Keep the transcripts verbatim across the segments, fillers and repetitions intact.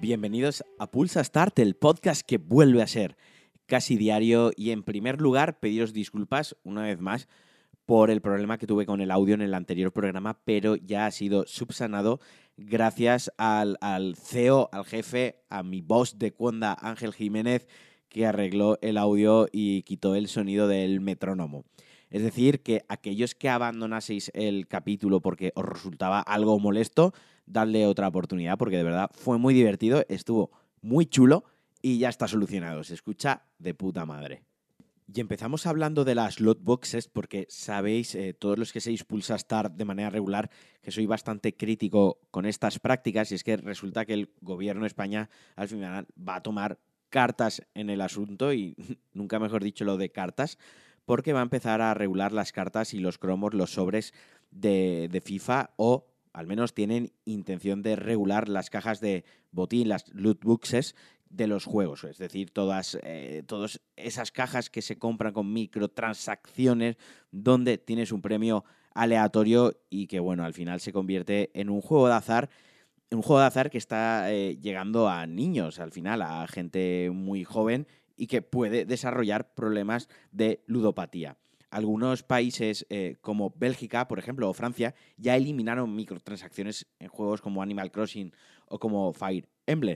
Bienvenidos a Pulsa Start, el podcast que vuelve a ser casi diario. Y en primer lugar, pediros disculpas una vez más por el problema que tuve con el audio en el anterior programa, pero ya ha sido subsanado gracias al, al C E O, al jefe, a mi boss de Cuonda, Ángel Jiménez, que arregló el audio y quitó el sonido del metrónomo. Es decir, que aquellos que abandonaseis el capítulo porque os resultaba algo molesto, dadle otra oportunidad porque de verdad fue muy divertido, estuvo muy chulo y ya está solucionado. Se escucha de puta madre. Y empezamos hablando de las loot boxes porque sabéis, eh, todos los que seguís Pulsa Start de manera regular, que soy bastante crítico con estas prácticas, y es que resulta que el gobierno de España al final va a tomar cartas en el asunto, y nunca mejor dicho lo de cartas, porque va a empezar a regular las cartas y los cromos, los sobres de, de FIFA, o al menos tienen intención de regular las cajas de botín, las loot boxes de los juegos, es decir, todas, eh, todas esas cajas que se compran con microtransacciones donde tienes un premio aleatorio y que, bueno, al final se convierte en un juego de azar, un juego de azar que está eh, llegando a niños, al final, a gente muy joven y que puede desarrollar problemas de ludopatía. Algunos países eh, como Bélgica, por ejemplo, o Francia, ya eliminaron microtransacciones en juegos como Animal Crossing o como Fire Emblem.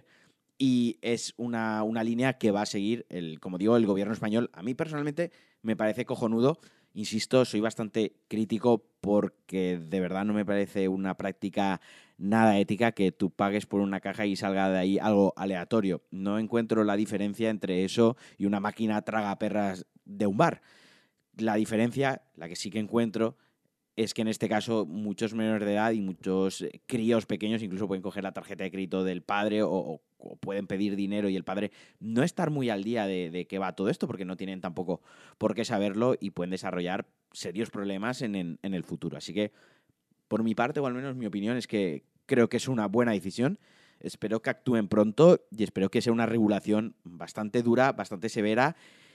Y es una, una línea que va a seguir, el, como digo, el gobierno español. A mí personalmente me parece cojonudo. Insisto, soy bastante crítico porque de verdad no me parece una práctica nada ética que tú pagues por una caja y salga de ahí algo aleatorio. No encuentro la diferencia entre eso y una máquina tragaperras de un bar. La diferencia, la que sí que encuentro, es que en este caso muchos menores de edad y muchos críos pequeños incluso pueden coger la tarjeta de crédito del padre o, o, o pueden pedir dinero y el padre no estar muy al día de, de qué va todo esto porque no tienen tampoco por qué saberlo y pueden desarrollar serios problemas en, en, en el futuro. Así que, por mi parte, o al menos mi opinión, es que creo que es una buena decisión. Espero que actúen pronto y espero que sea una regulación bastante dura, bastante severa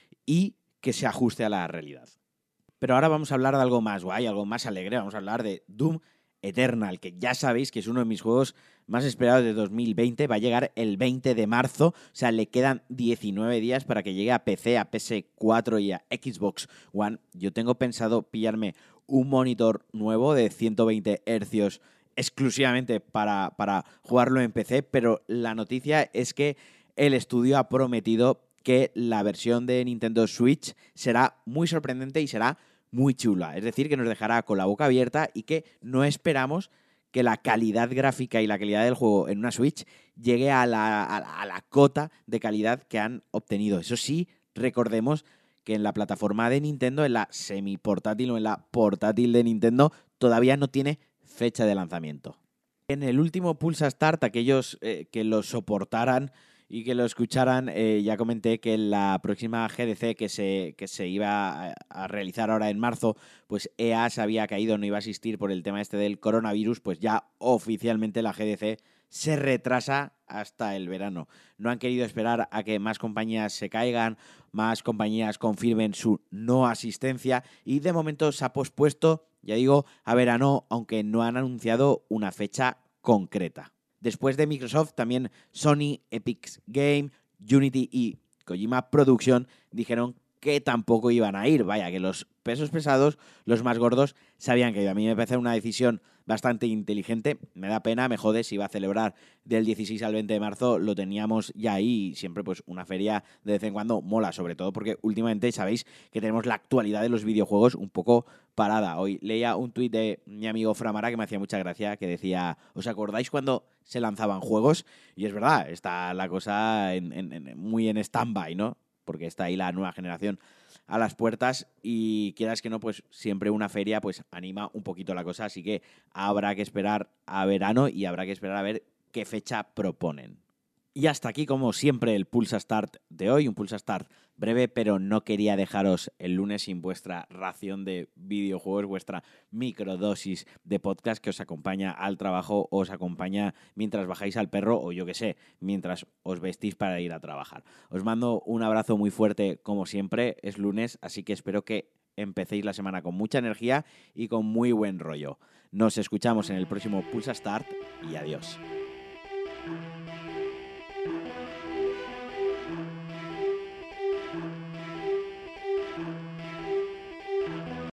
y que se ajuste a la realidad. Pero ahora vamos a hablar de algo más guay, algo más alegre. Vamos a hablar de Doom Eternal, que ya sabéis que es uno de mis juegos más esperados de dos mil veinte. Va a llegar el veinte de marzo, o sea, le quedan diecinueve días para que llegue a P C, a P S cuatro y a Xbox One. Yo tengo pensado pillarme un monitor nuevo de ciento veinte hercios exclusivamente para, para jugarlo en P C, pero la noticia es que el estudio ha prometido que la versión de Nintendo Switch será muy sorprendente y será muy chula. Es decir, que nos dejará con la boca abierta y que no esperamos que la calidad gráfica y la calidad del juego en una Switch llegue a la, a la, a la cota de calidad que han obtenido. Eso sí, recordemos que en la plataforma de Nintendo, en la semi-portátil o en la portátil de Nintendo, todavía no tiene fecha de lanzamiento. En el último Pulsa Start, aquellos eh, que lo soportaran y que lo escucharan, eh, ya comenté que la próxima G D C que se, que se iba a, a realizar ahora en marzo, pues E A se había caído, no iba a asistir por el tema este del coronavirus, pues ya oficialmente la G D C se retrasa hasta el verano. No han querido esperar a que más compañías se caigan, más compañías confirmen su no asistencia y de momento se ha pospuesto, ya digo, a verano, aunque no han anunciado una fecha concreta. Después de Microsoft, también Sony, Epic Game, Unity y Kojima Production dijeron que tampoco iban a ir. Vaya, que los pesos pesados, los más gordos, sabían que iba. A mí me parece una decisión bastante inteligente. Me da pena, me jode, si iba a celebrar del dieciséis al veinte de marzo, lo teníamos ya ahí. Y siempre pues una feria de vez en cuando mola, sobre todo porque últimamente sabéis que tenemos la actualidad de los videojuegos un poco parada. Hoy leía un tuit de mi amigo Framara que me hacía mucha gracia, que decía, ¿os acordáis cuando se lanzaban juegos? Y es verdad, está la cosa en, en, en, muy en stand-by, ¿no? Porque está ahí la nueva generación a las puertas y quieras que no, pues siempre una feria pues anima un poquito la cosa, así que habrá que esperar a verano y habrá que esperar a ver qué fecha proponen. Y hasta aquí, como siempre, el Pulsa Start de hoy, un Pulsa Start breve, pero no quería dejaros el lunes sin vuestra ración de videojuegos, vuestra microdosis de podcast que os acompaña al trabajo, os acompaña mientras bajáis al perro o yo qué sé, mientras os vestís para ir a trabajar. Os mando un abrazo muy fuerte, como siempre, es lunes, así que espero que empecéis la semana con mucha energía y con muy buen rollo. Nos escuchamos en el próximo Pulsa Start y adiós.